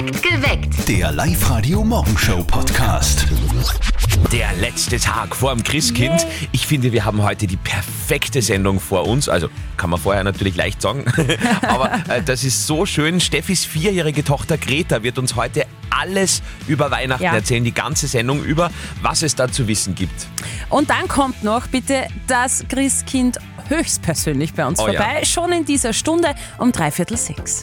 Geweckt. Der Live-Radio-Morgenshow-Podcast. Der letzte Tag vor dem Christkind. Ich finde, wir haben heute die perfekte Sendung vor uns. Also kann man vorher natürlich leicht sagen. Aber das ist so schön. Steffis 4-jährige Tochter Greta wird uns heute alles über Weihnachten erzählen. Die ganze Sendung über, was es da zu wissen gibt. Und dann kommt noch bitte das Christkind höchstpersönlich bei uns vorbei. Ja. Schon in dieser Stunde um 5:45.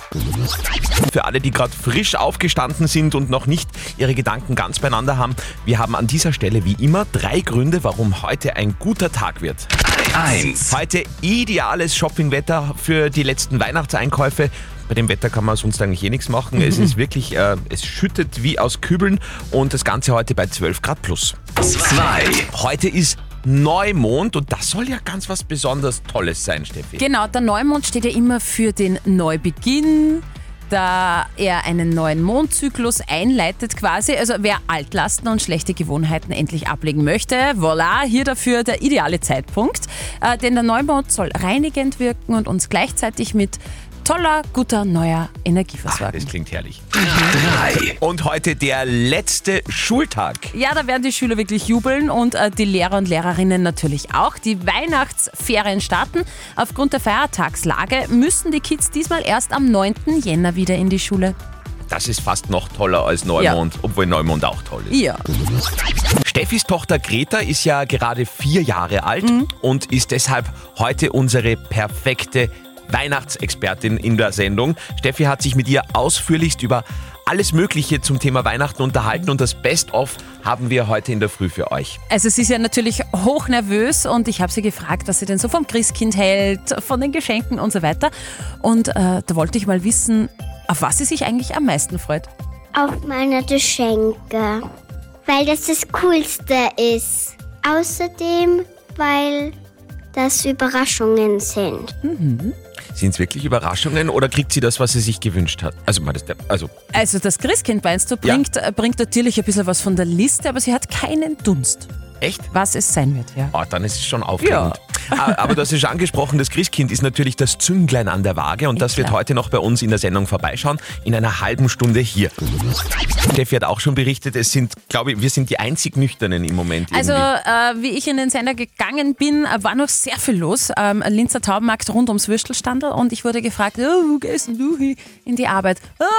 Für alle, die gerade frisch aufgestanden sind und noch nicht ihre Gedanken ganz beieinander haben, wir haben an dieser Stelle wie immer 3 Gründe, warum heute ein guter Tag wird. 1. Heute ideales Shoppingwetter für die letzten Weihnachtseinkäufe. Bei dem Wetter kann man sonst eigentlich nichts machen. Es ist wirklich, es schüttet wie aus Kübeln und das Ganze heute bei 12 Grad plus. 2. Heute ist Neumond und das soll ja ganz was besonders Tolles sein, Steffi. Genau, der Neumond steht ja immer für den Neubeginn, da er einen neuen Mondzyklus einleitet quasi. Also wer Altlasten und schlechte Gewohnheiten endlich ablegen möchte, voilà, hier dafür der ideale Zeitpunkt. Denn der Neumond soll reinigend wirken und uns gleichzeitig mit toller, guter, neuer Energie versorgen. Das klingt herrlich. 3. Und heute der letzte Schultag. Ja, da werden die Schüler wirklich jubeln und die Lehrer und Lehrerinnen natürlich auch. Die Weihnachtsferien starten. Aufgrund der Feiertagslage müssen die Kids diesmal erst am 9. Jänner wieder in die Schule. Das ist fast noch toller als Neumond, obwohl Neumond auch toll ist. Ja. Steffis Tochter Greta ist ja gerade 4 Jahre alt und ist deshalb heute unsere perfekte Weihnachtsexpertin in der Sendung. Steffi hat sich mit ihr ausführlichst über alles Mögliche zum Thema Weihnachten unterhalten und das Best-of haben wir heute in der Früh für euch. Also sie ist ja natürlich hochnervös und ich habe sie gefragt, was sie denn so vom Christkind hält, von den Geschenken und so weiter. Und da wollte ich mal wissen, auf was sie sich eigentlich am meisten freut. Auf meine Geschenke, weil das Coolste ist. Außerdem, weil das Überraschungen sind. Sind es wirklich Überraschungen oder kriegt sie das, was sie sich gewünscht hat? Also Das Christkind, meinst du, bringt natürlich ein bisschen was von der Liste, aber sie hat keinen Dunst, echt? was es sein wird. Ja. Oh, dann ist es schon aufregend. Aber du hast es schon angesprochen, das Christkind ist natürlich das Zünglein an der Waage und das wird heute noch bei uns in der Sendung vorbeischauen, in einer halben Stunde hier. Steffi hat auch schon berichtet, wir sind die einzig Nüchternen im Moment. Also wie ich in den Sender gegangen bin, war noch sehr viel los. Ein Linzer Taubenmarkt rund ums Würstelstandl und ich wurde gefragt, wo gehst denn du in die Arbeit?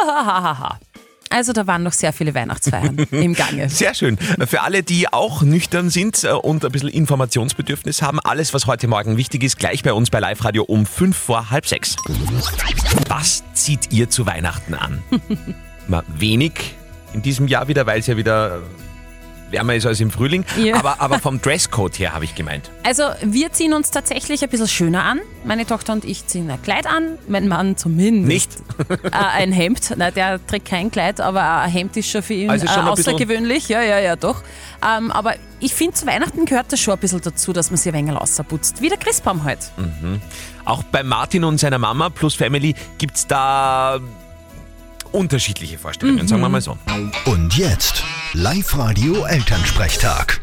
Also da waren noch sehr viele Weihnachtsfeiern im Gange. Sehr schön. Für alle, die auch nüchtern sind und ein bisschen Informationsbedürfnis haben, alles, was heute Morgen wichtig ist, gleich bei uns bei Live-Radio um 5:45. Was zieht ihr zu Weihnachten an? Wenig in diesem Jahr wieder, weil es ja wieder wärmer ist als im Frühling. Ja. Aber vom Dresscode her habe ich gemeint. Also wir ziehen uns tatsächlich ein bisschen schöner an. Meine Tochter und ich ziehen ein Kleid an, mein Mann zumindest. Nicht? Ein Hemd. Nein, der trägt kein Kleid, aber ein Hemd ist schon für ihn also schon außergewöhnlich. Ja, doch. Aber ich finde, zu Weihnachten gehört das schon ein bisschen dazu, dass man sich ein wenig rausputzt. Wie der Christbaum halt. Auch bei Martin und seiner Mama plus Family gibt es da unterschiedliche Vorstellungen, sagen wir mal so. Und jetzt Live-Radio Elternsprechtag.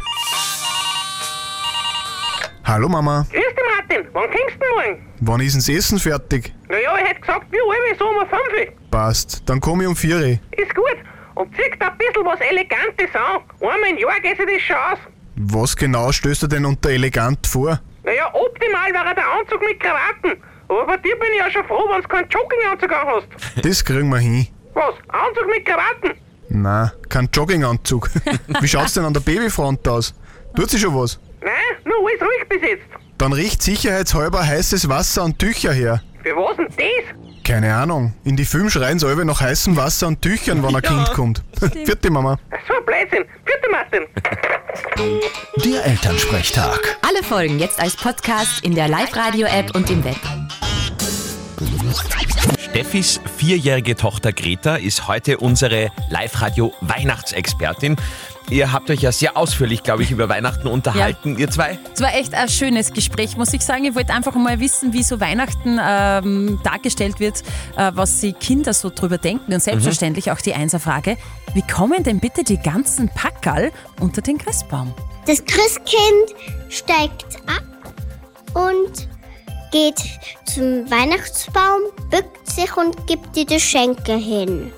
Hallo Mama, Grüß dich, Martin. Wann kommst du denn morgen? wann ist denn das Essen fertig? Naja, ich hätte gesagt, wie alle, so um 5 Uhr. Passt, dann komme ich um 4 Uhr. Ist gut. Und zieh da ein bisschen was Elegantes an. Einmal im Jahr geht sich das schon aus. Was genau stößt du denn unter elegant vor? Naja, optimal wäre der Anzug mit Krawatten. Aber bei dir bin ich ja schon froh, wenn du keinen Jogginganzug an hast. Das kriegen wir hin. Was? Anzug mit Krawatten? Nein, kein Jogginganzug. Wie schaut's denn an der Babyfront aus? Tut sie schon was? Nein, nur alles ruhig bis jetzt. Dann riecht sicherheitshalber heißes Wasser und Tücher her. Für was denn das? Keine Ahnung, in die Film schreien sie alle nach heißem Wasser und Tüchern, wenn ein Kind kommt. Vierte Mama. So ein Blödsinn. Vierte Martin. Der Elternsprechtag. Alle Folgen jetzt als Podcast in der Live-Radio-App und im Web. Steffis 4-jährige Tochter Greta ist heute unsere Live-Radio-Weihnachtsexpertin. Ihr habt euch ja sehr ausführlich, glaube ich, über Weihnachten unterhalten, ihr zwei. Es war echt ein schönes Gespräch, muss ich sagen. Ich wollte einfach mal wissen, wie so Weihnachten dargestellt wird, was die Kinder so drüber denken. Und selbstverständlich auch die Einser-Frage, wie kommen denn bitte die ganzen Packerl unter den Christbaum? Das Christkind steigt ab und geht zum Weihnachtsbaum, bückt sich und gibt die Geschenke hin.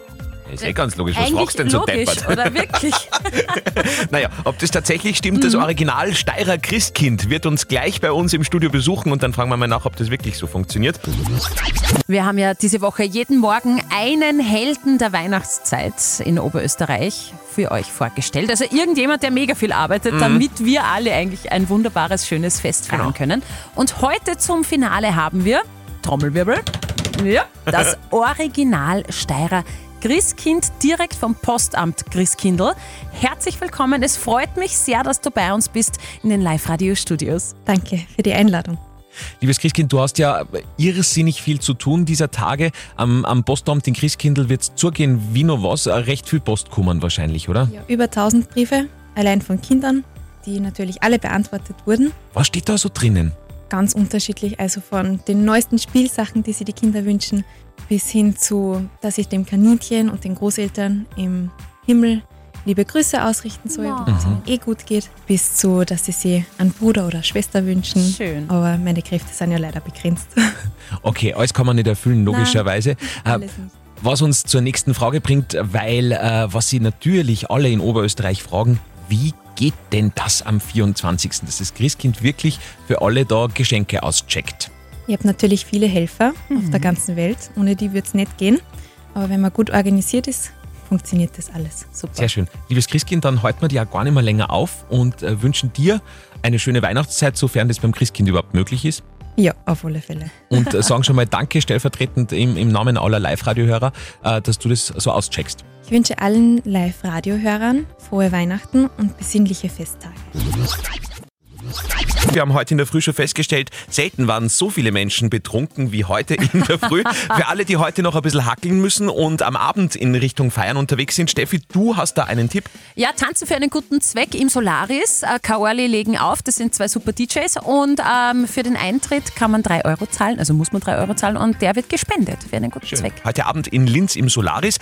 Ist eh ganz logisch. Was fragst du denn so logisch, deppert? oder wirklich? Naja, ob das tatsächlich stimmt, das Original Steirer Christkind wird uns gleich bei uns im Studio besuchen und dann fragen wir mal nach, ob das wirklich so funktioniert. Wir haben ja diese Woche jeden Morgen einen Helden der Weihnachtszeit in Oberösterreich für euch vorgestellt. Also irgendjemand, der mega viel arbeitet, damit wir alle eigentlich ein wunderbares, schönes Fest feiern können. Und heute zum Finale haben wir, Trommelwirbel, ja, das Original Steirer Christkind direkt vom Postamt Christkindl. Herzlich willkommen. Es freut mich sehr, dass du bei uns bist in den Live-Radio-Studios. Danke für die Einladung. Liebes Christkind, du hast ja irrsinnig viel zu tun dieser Tage. Am Postamt in Christkindl wird es zugehen wie noch was. Recht viel Post kommen wahrscheinlich, oder? Ja, über 1000 Briefe, allein von Kindern, die natürlich alle beantwortet wurden. Was steht da so drinnen? Ganz unterschiedlich, also von den neuesten Spielsachen, die sich die Kinder wünschen, bis hin zu, dass ich dem Kaninchen und den Großeltern im Himmel liebe Grüße ausrichten soll und dass es ihnen gut geht, bis zu, dass sie sich einen Bruder oder Schwester wünschen. Schön. Aber meine Kräfte sind ja leider begrenzt. Okay, alles kann man nicht erfüllen, logischerweise. Alles nicht. Was uns zur nächsten Frage bringt, weil was Sie natürlich alle in Oberösterreich fragen, wie geht denn das am 24., dass das Christkind wirklich für alle da Geschenke auscheckt? Ich habe natürlich viele Helfer auf der ganzen Welt, ohne die würde es nicht gehen. Aber wenn man gut organisiert ist, funktioniert das alles. Super. Sehr schön. Liebes Christkind, dann halten wir dich ja gar nicht mehr länger auf und wünschen dir eine schöne Weihnachtszeit, sofern das beim Christkind überhaupt möglich ist. Ja, auf alle Fälle. Und sagen schon mal Danke stellvertretend im Namen aller Live-Radio-Hörer, dass du das so auscheckst. Ich wünsche allen Live-Radio-Hörern frohe Weihnachten und besinnliche Festtage. Wir haben heute in der Früh schon festgestellt, selten waren so viele Menschen betrunken wie heute in der Früh. Für alle, die heute noch ein bisschen hackeln müssen und am Abend in Richtung Feiern unterwegs sind, Steffi, du hast da einen Tipp. Ja, tanzen für einen guten Zweck im Solaris. Kaorli legen auf, das sind 2 super DJs und für den Eintritt kann man 3 Euro zahlen, also muss man 3 Euro zahlen und der wird gespendet für einen guten Zweck. Heute Abend in Linz im Solaris.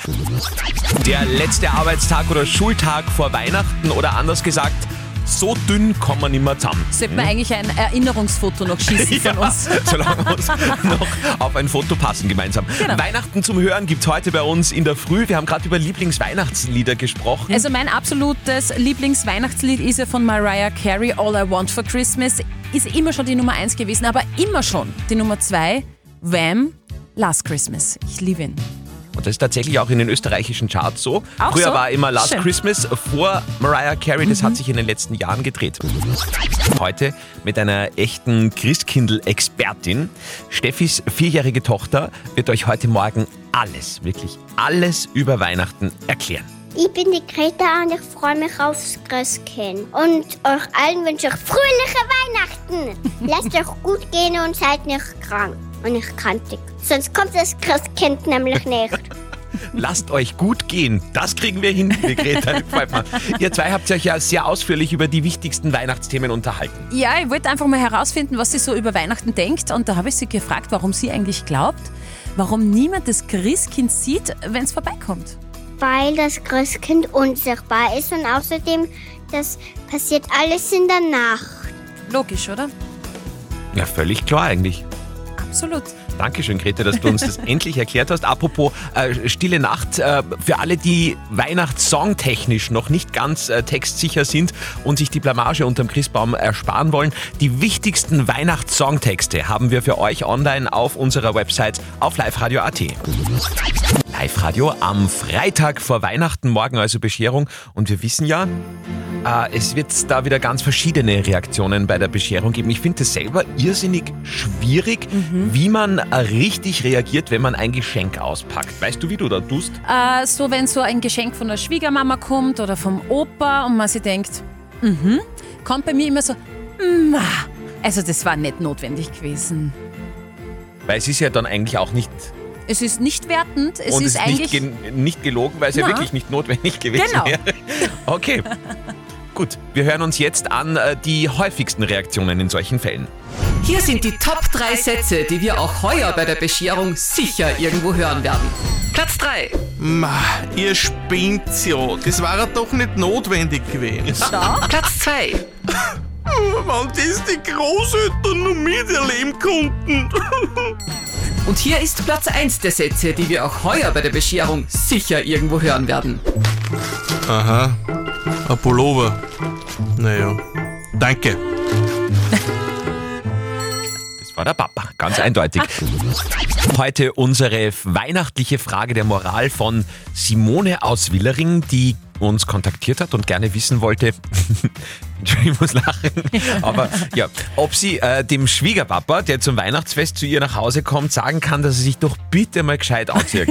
Der letzte Arbeitstag oder Schultag vor Weihnachten oder anders gesagt, so dünn kommen wir nicht mehr zusammen. Sollte man eigentlich ein Erinnerungsfoto noch schießen von uns? Solange wir uns noch auf ein Foto passen gemeinsam. Genau. Weihnachten zum Hören gibt es heute bei uns in der Früh. Wir haben gerade über Lieblingsweihnachtslieder gesprochen. Also mein absolutes Lieblingsweihnachtslied ist ja von Mariah Carey, All I Want for Christmas. Ist immer schon die Nummer 1 gewesen, aber immer schon die Nummer 2, Wham, Last Christmas. Ich liebe ihn. Und das ist tatsächlich auch in den österreichischen Charts so. Auch Früher so? war immer Last Schön. Christmas vor Mariah Carey. Das hat sich in den letzten Jahren gedreht. Heute mit einer echten Christkindl-Expertin. Steffis 4-jährige Tochter wird euch heute Morgen alles, wirklich alles über Weihnachten erklären. Ich bin die Greta und ich freue mich aufs Christkind. Und euch allen wünsche ich fröhliche Weihnachten. Lasst euch gut gehen und seid nicht krank und nicht kantig. Sonst kommt das Christkind nämlich nicht. Lasst euch gut gehen. Das kriegen wir hin, die Greta. Gefällt mir. Ihr zwei habt euch ja sehr ausführlich über die wichtigsten Weihnachtsthemen unterhalten. Ja, ich wollte einfach mal herausfinden, was sie so über Weihnachten denkt. Und da habe ich sie gefragt, warum sie eigentlich glaubt, warum niemand das Christkind sieht, wenn es vorbeikommt. Weil das Christkind unsichtbar ist und außerdem, das passiert alles in der Nacht. Logisch, oder? Ja, völlig klar eigentlich. Absolut. Dankeschön, Greta, dass du uns das endlich erklärt hast. Apropos Stille Nacht, für alle, die weihnachtssongtechnisch noch nicht ganz textsicher sind und sich die Blamage unterm Christbaum ersparen wollen, die wichtigsten Weihnachtssongtexte haben wir für euch online auf unserer Website auf liveradio.at. Live-Radio am Freitag vor Weihnachten, morgen also Bescherung. Und wir wissen ja, es wird da wieder ganz verschiedene Reaktionen bei der Bescherung geben. Ich finde es selber irrsinnig schwierig, wie man richtig reagiert, wenn man ein Geschenk auspackt. Weißt du, wie du da tust? So, wenn so ein Geschenk von der Schwiegermama kommt oder vom Opa und man sich denkt, kommt bei mir immer so, also das war nicht notwendig gewesen. Weil es ist ja dann eigentlich auch nicht... Es ist nicht wertend, es und ist es eigentlich... nicht gelogen, weil es ja Na. wirklich nicht notwendig gewesen Genau. wäre. Okay, gut. Wir hören uns jetzt an die häufigsten Reaktionen in solchen Fällen. Hier sind die Top 3 Sätze, die wir auch heuer bei der Bescherung sicher irgendwo hören werden. Platz 3. Ma, ihr spinnt ja. Das war ja doch nicht notwendig gewesen. Platz 2. Wenn das die Großeltern noch miterleben konnten. Und hier ist Platz 1 der Sätze, die wir auch heuer bei der Bescherung sicher irgendwo hören werden. Aha, ein Pullover. Naja, danke. Das war der Papa, ganz eindeutig. Heute unsere weihnachtliche Frage der Moral von Simone aus Willering, die uns kontaktiert hat und gerne wissen wollte, ich muss lachen, aber ja, ob sie dem Schwiegerpapa, der zum Weihnachtsfest zu ihr nach Hause kommt, sagen kann, dass er sich doch bitte mal gescheit anzieht.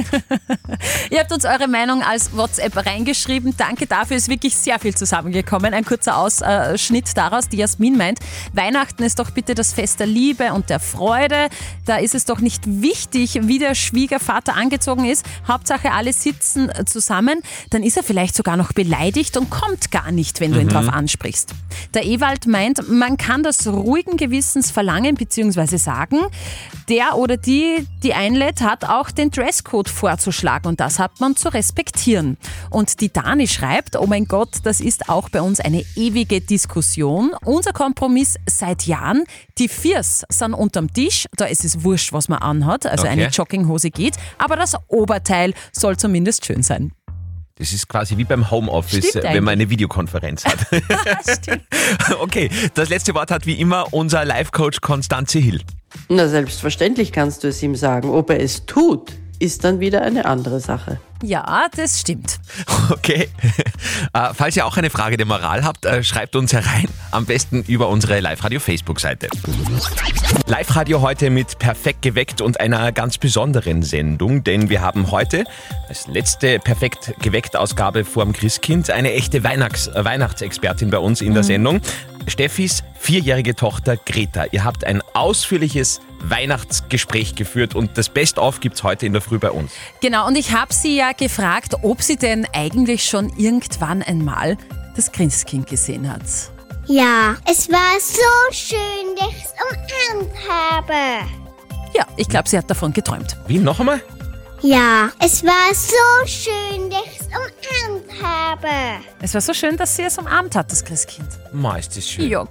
Ihr habt uns eure Meinung als WhatsApp reingeschrieben. Danke dafür, ist wirklich sehr viel zusammengekommen. Ein kurzer Ausschnitt daraus. Die Jasmin meint, Weihnachten ist doch bitte das Fest der Liebe und der Freude. Da ist es doch nicht wichtig, wie der Schwiegervater angezogen ist. Hauptsache, alle sitzen zusammen. Dann ist er vielleicht sogar noch beleidigt und kommt gar nicht, wenn du ihn drauf ansprichst. Der Ewald meint, man kann das ruhigen Gewissens verlangen bzw. sagen, der oder die einlädt, hat auch den Dresscode vorzuschlagen und das hat man zu respektieren. Und die Dani schreibt, oh mein Gott, das ist auch bei uns eine ewige Diskussion. Unser Kompromiss seit Jahren, die Viers sind unterm Tisch, da ist es wurscht, was man anhat, also Okay. eine Jogginghose geht, aber das Oberteil soll zumindest schön sein. Das ist quasi wie beim Homeoffice, Stimmt wenn man eine Videokonferenz hat. Stimmt. Okay, das letzte Wort hat wie immer unser Life-Coach Konstanze Hill. Na, selbstverständlich kannst du es ihm sagen. Ob er es tut, ist dann wieder eine andere Sache. Ja, das stimmt. Okay. Falls ihr auch eine Frage der Moral habt, schreibt uns herein. Am besten über unsere Live-Radio-Facebook-Seite. Live-Radio heute mit Perfekt geweckt und einer ganz besonderen Sendung, denn wir haben heute als letzte Perfekt geweckt Ausgabe vorm Christkind eine echte Weihnachtsexpertin bei uns in der Sendung. Steffis 4-jährige Tochter Greta. Ihr habt ein ausführliches Weihnachtsgespräch geführt und das Best-of gibt's heute in der Früh bei uns. Genau, und ich habe sie ja gefragt, ob sie denn eigentlich schon irgendwann einmal das Christkind gesehen hat. Ja, es war so schön, dass ich es umarmt habe. Ja, ich glaube, sie hat davon geträumt. Wie, noch einmal? Ja, es war so schön, dass ich es umarmt habe. Es war so schön, dass sie es umarmt hat, das Christkind. Ma, ist das schön. Ja. Up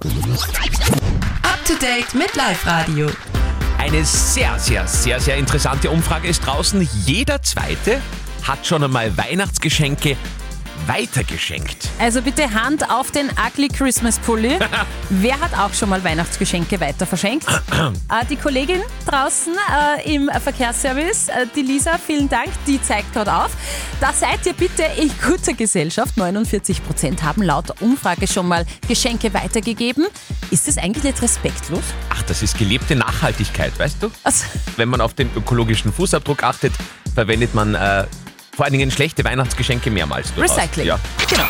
to date mit Live-Radio. Eine sehr, sehr, sehr, sehr interessante Umfrage ist draußen. Jeder Zweite hat schon einmal Weihnachtsgeschenke weitergeschenkt. Also bitte Hand auf den Ugly Christmas Pulli. Wer hat auch schon mal Weihnachtsgeschenke weiter verschenkt? Die Kollegin draußen im Verkehrsservice, die Lisa, vielen Dank, die zeigt gerade auf. Da seid ihr bitte in guter Gesellschaft. 49% haben laut Umfrage schon mal Geschenke weitergegeben. Ist das eigentlich nicht respektlos? Ach, das ist gelebte Nachhaltigkeit, weißt du? Also, Wenn man auf den ökologischen Fußabdruck achtet, verwendet man vor allen Dingen schlechte Weihnachtsgeschenke mehrmals. durchaus. Recycling. Ja. Genau.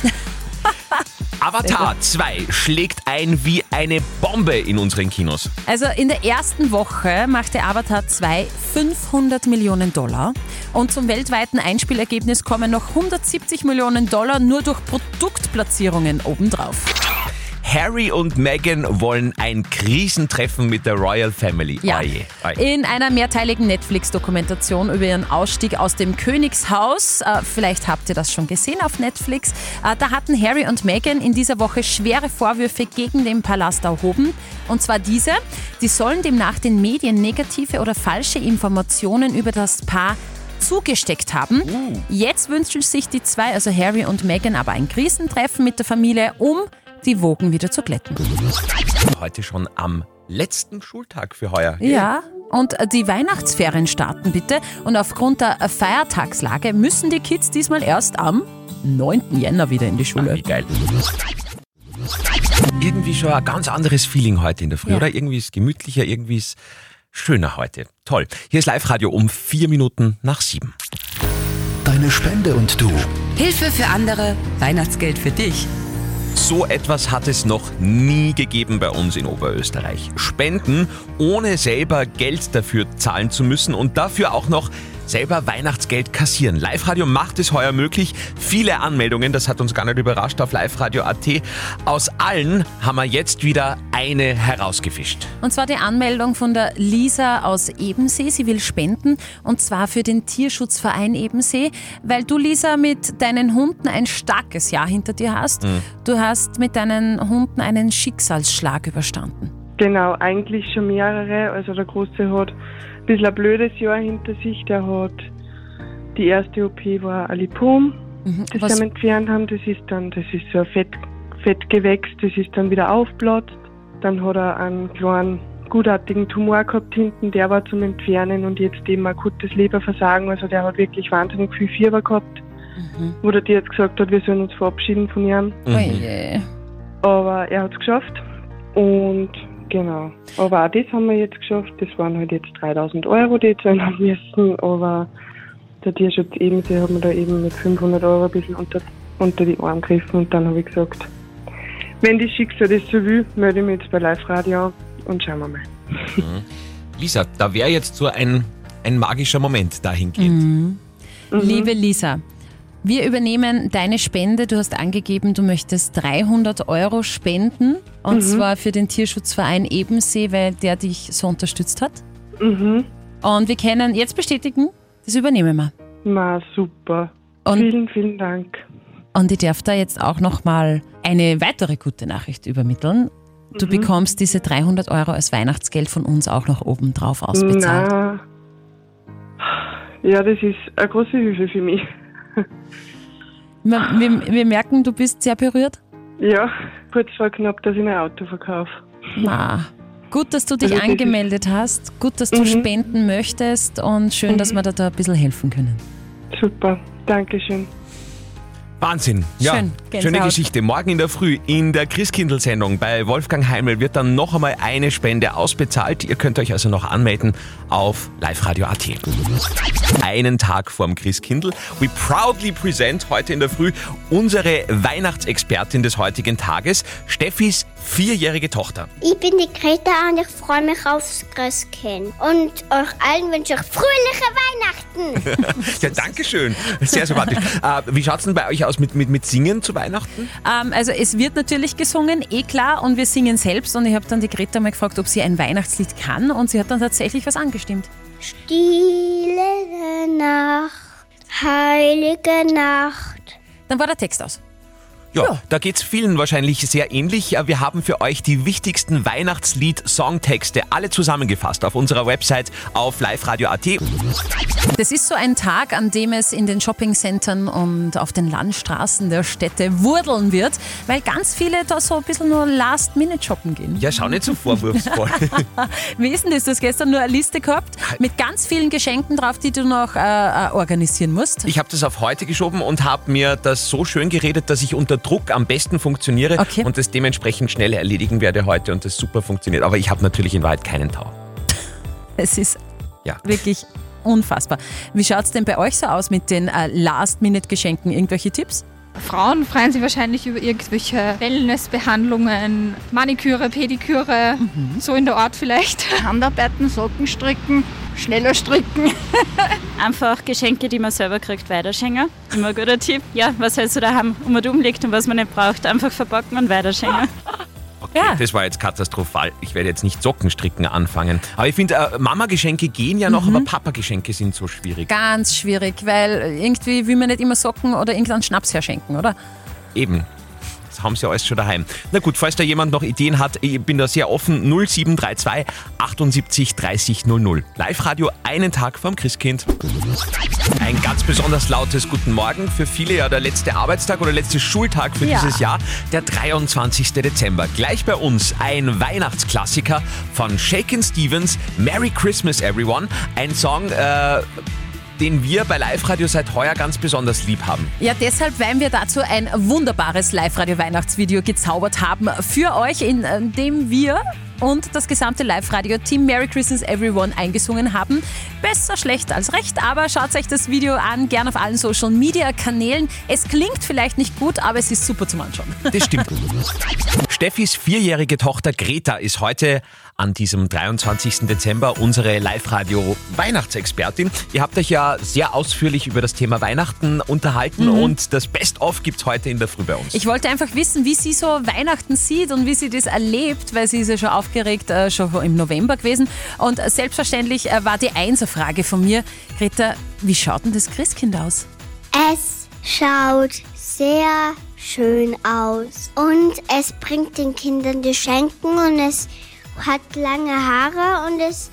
Avatar 2 schlägt ein wie eine Bombe in unseren Kinos. Also in der ersten Woche machte Avatar 2 $500 Millionen und zum weltweiten Einspielergebnis kommen noch $170 Millionen nur durch Produktplatzierungen obendrauf. Harry und Meghan wollen ein Krisentreffen mit der Royal Family. Ja. Oje, oje. In einer mehrteiligen Netflix-Dokumentation über ihren Ausstieg aus dem Königshaus, vielleicht habt ihr das schon gesehen auf Netflix, da hatten Harry und Meghan in dieser Woche schwere Vorwürfe gegen den Palast erhoben. Und zwar diese, die sollen demnach den Medien negative oder falsche Informationen über das Paar zugesteckt haben. Jetzt wünschen sich die zwei, also Harry und Meghan, aber ein Krisentreffen mit der Familie, um die Wogen wieder zu glätten. Heute schon am letzten Schultag für heuer. Ja, und die Weihnachtsferien starten bitte. Und aufgrund der Feiertagslage müssen die Kids diesmal erst am 9. Jänner wieder in die Schule. Wie geil. Irgendwie schon ein ganz anderes Feeling heute in der Früh, Ja. oder? Irgendwie ist es gemütlicher, irgendwie ist es schöner heute. Toll. Hier ist Live-Radio um 4 Minuten nach 7. Deine Spende und du. Hilfe für andere, Weihnachtsgeld für dich. So etwas hat es noch nie gegeben bei uns in Oberösterreich. Spenden, ohne selber Geld dafür zahlen zu müssen und dafür auch noch selber Weihnachtsgeld kassieren. Live-Radio macht es heuer möglich. Viele Anmeldungen, das hat uns gar nicht überrascht auf liveradio.at. Aus allen haben wir jetzt wieder eine herausgefischt. Und zwar die Anmeldung von der Lisa aus Ebensee. Sie will spenden und zwar für den Tierschutzverein Ebensee, weil du, Lisa, mit deinen Hunden ein starkes Jahr hinter dir hast. Du hast mit deinen Hunden einen Schicksalsschlag überstanden. Genau, eigentlich schon mehrere. Also der Große hat ein bisschen ein blödes Jahr hinter sich. Der hat die erste OP war ein Lipom, das sie entfernt haben. Das ist so ein Fettgewächs, das ist dann wieder aufplatzt. Dann hat er einen kleinen gutartigen Tumor gehabt hinten, der war zum Entfernen und jetzt eben akutes Leberversagen. Also der hat wirklich wahnsinnig viel Fieber gehabt, wo der jetzt gesagt hat, wir sollen uns verabschieden von ihm. Aber er hat es geschafft und genau. Aber auch das haben wir jetzt geschafft. Das waren halt jetzt 3.000 €, die zahlen haben müssen, aber der Tierschutz eben, sie haben mir da eben mit 500 € ein bisschen unter die Arme gegriffen und dann habe ich gesagt, wenn die Schicksal das so will, melde ich mich jetzt bei Live Radio an und schauen wir mal. Lisa, da wäre jetzt so ein magischer Moment dahingehend. Liebe Lisa, wir übernehmen deine Spende. Du hast angegeben, du möchtest 300 € spenden und zwar für den Tierschutzverein Ebensee, weil der dich so unterstützt hat. Und wir können jetzt bestätigen, das übernehmen wir. Na, super. Und vielen, vielen Dank. Und ich darf da jetzt auch nochmal eine weitere gute Nachricht übermitteln. Du bekommst diese 300 € als Weihnachtsgeld von uns auch noch oben drauf ausbezahlt. Na, ja, das ist eine große Hilfe für mich. Wir merken, du bist sehr berührt. Ja, kurz vor knapp, dass ich ein Auto verkaufe. Gut, dass du dich angemeldet hast, gut, dass du spenden möchtest und schön, dass wir da ein bisschen helfen können. Super, danke schön. Wahnsinn. Ja, schöne Geschichte. Morgen in der Früh in der Christkindl-Sendung bei Wolfgang Heimel wird dann noch einmal eine Spende ausbezahlt. Ihr könnt euch also noch anmelden auf liveradio.at. Einen Tag vorm Christkindl. We proudly present heute in der Früh unsere Weihnachtsexpertin des heutigen Tages, Steffis 4-jährige Tochter. Ich bin die Greta und ich freue mich aufs Christkind. Und euch allen wünsche ich fröhliche Weihnachten. Ja, danke schön. Sehr sympathisch. Wie schaut es denn bei euch aus mit Singen zu Weihnachten? Also es wird natürlich gesungen, klar, und wir singen selbst. Und ich habe dann die Greta mal gefragt, ob sie ein Weihnachtslied kann und sie hat dann tatsächlich was angestimmt. Stille Nacht, heilige Nacht. Dann war der Text aus. Ja, da geht's vielen wahrscheinlich sehr ähnlich. Wir haben für euch die wichtigsten Weihnachtslied-Songtexte alle zusammengefasst auf unserer Website auf liveradio.at. Das ist so ein Tag, an dem es in den Shoppingcentern und auf den Landstraßen der Städte wurdeln wird, weil ganz viele da so ein bisschen nur Last-Minute shoppen gehen. Ja, schau nicht so vorwurfsvoll. Wie ist denn das? Du hast gestern nur eine Liste gehabt mit ganz vielen Geschenken drauf, die du noch organisieren musst. Ich habe das auf heute geschoben und habe mir das so schön geredet, dass ich unter Druck am besten funktioniere und das dementsprechend schnell erledigen werde heute und das super funktioniert. Aber ich habe natürlich in Wahrheit keinen Tau. Es ist wirklich unfassbar. Wie schaut es denn bei euch so aus mit den Last-Minute-Geschenken? Irgendwelche Tipps? Frauen freuen sich wahrscheinlich über irgendwelche Wellnessbehandlungen, Maniküre, Pediküre, so in der Art vielleicht. Handarbeiten, Socken stricken, schneller stricken. Einfach Geschenke, die man selber kriegt, weiterschenken. Immer ein guter Tipp. Ja, was hältst du daheim umliegt und was man nicht braucht, einfach verpacken und weiterschenken. Okay, das war jetzt katastrophal. Ich werde jetzt nicht Sockenstricken anfangen. Aber ich finde, Mama-Geschenke gehen ja noch, aber Papa-Geschenke sind so schwierig. Ganz schwierig, weil irgendwie will man nicht immer Socken oder irgendeinen Schnaps herschenken, oder? Eben. Das haben sie alles schon daheim. Na gut, falls da jemand noch Ideen hat, ich bin da sehr offen. 0732 78 30 00. Live-Radio, einen Tag vorm Christkind. Ein ganz besonders lautes Guten Morgen. Für viele ja der letzte Arbeitstag oder letzte Schultag für dieses Jahr. Der 23. Dezember. Gleich bei uns ein Weihnachtsklassiker von Shakin' Stevens. Merry Christmas Everyone. Ein Song, den wir bei Live-Radio seit heuer ganz besonders lieb haben. Ja, deshalb, weil wir dazu ein wunderbares Live-Radio-Weihnachtsvideo gezaubert haben für euch, in dem wir und das gesamte Live-Radio-Team Merry Christmas Everyone eingesungen haben. Besser schlecht als recht, aber schaut euch das Video an, gern auf allen Social-Media-Kanälen. Es klingt vielleicht nicht gut, aber es ist super zum Anschauen. Das stimmt. Steffis 4-jährige Tochter Greta ist heute an diesem 23. Dezember unsere Live-Radio-Weihnachtsexpertin. Ihr habt euch ja sehr ausführlich über das Thema Weihnachten unterhalten und das Best-of gibt's heute in der Früh bei uns. Ich wollte einfach wissen, wie sie so Weihnachten sieht und wie sie das erlebt, weil sie ist ja schon aufgeregt, schon im November gewesen. Und selbstverständlich war die Einser-Frage von mir, Greta, wie schaut denn das Christkind aus? Es schaut sehr schön aus und es bringt den Kindern die Geschenke und es hat lange Haare und es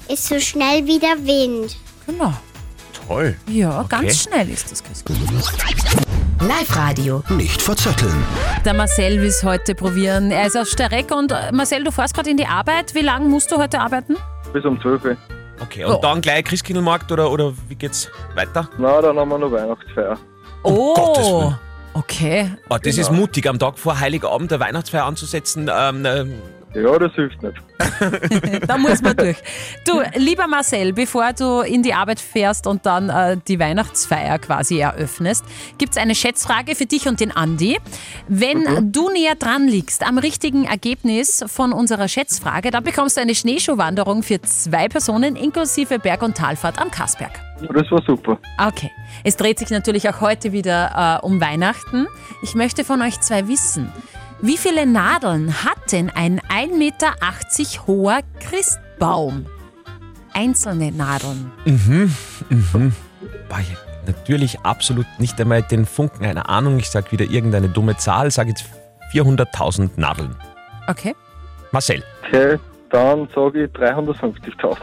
ist so schnell wie der Wind. Genau. Toll. Ja, Okay. ganz schnell ist das Christkind. Live-Radio. Nicht verzetteln. Der Marcel will es heute probieren. Er ist auf Strecke und Marcel, du fährst gerade in die Arbeit. Wie lange musst du heute arbeiten? Bis um 12 Uhr. Okay, und dann gleich Christkindlmarkt oder wie geht's weiter? Na, dann haben wir noch Weihnachtsfeier. Oh, Gottes Willen. Okay. Oh, das ist mutig, am Tag vor Heiligabend eine Weihnachtsfeier anzusetzen. Ja, das hilft nicht. Da muss man durch. Du, lieber Marcel, bevor du in die Arbeit fährst und dann die Weihnachtsfeier quasi eröffnest, gibt es eine Schätzfrage für dich und den Andi. Wenn du näher dran liegst am richtigen Ergebnis von unserer Schätzfrage, dann bekommst du eine Schneeschuhwanderung für 2 Personen inklusive Berg- und Talfahrt am Kasberg. Das war super. Okay. Es dreht sich natürlich auch heute wieder um Weihnachten. Ich möchte von euch 2 wissen, wie viele Nadeln hat denn ein 1,80 Meter hoher Christbaum? Einzelne Nadeln. Boah, ich hab natürlich absolut nicht einmal den Funken einer Ahnung. Ich sage wieder irgendeine dumme Zahl, sage jetzt 400.000 Nadeln. Okay. Marcel. Okay, dann sage ich 350.000.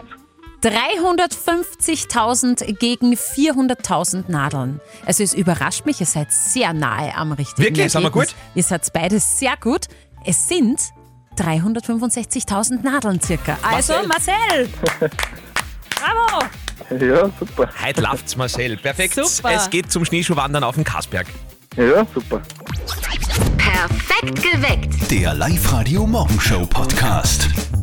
350.000 gegen 400.000 Nadeln. Also es überrascht mich, ihr seid sehr nahe am richtigen Wirklich? Sind wir Ergebnis. gut? Ihr seid beide sehr gut. Es sind 365.000 Nadeln circa. Also Marcel! Bravo! Ja, super. Heute läuft's, Marcel. Perfekt. Super. Es geht zum Schneeschuhwandern auf den Kasberg. Ja, super. Perfekt geweckt. Der Live-Radio Morgenshow Podcast.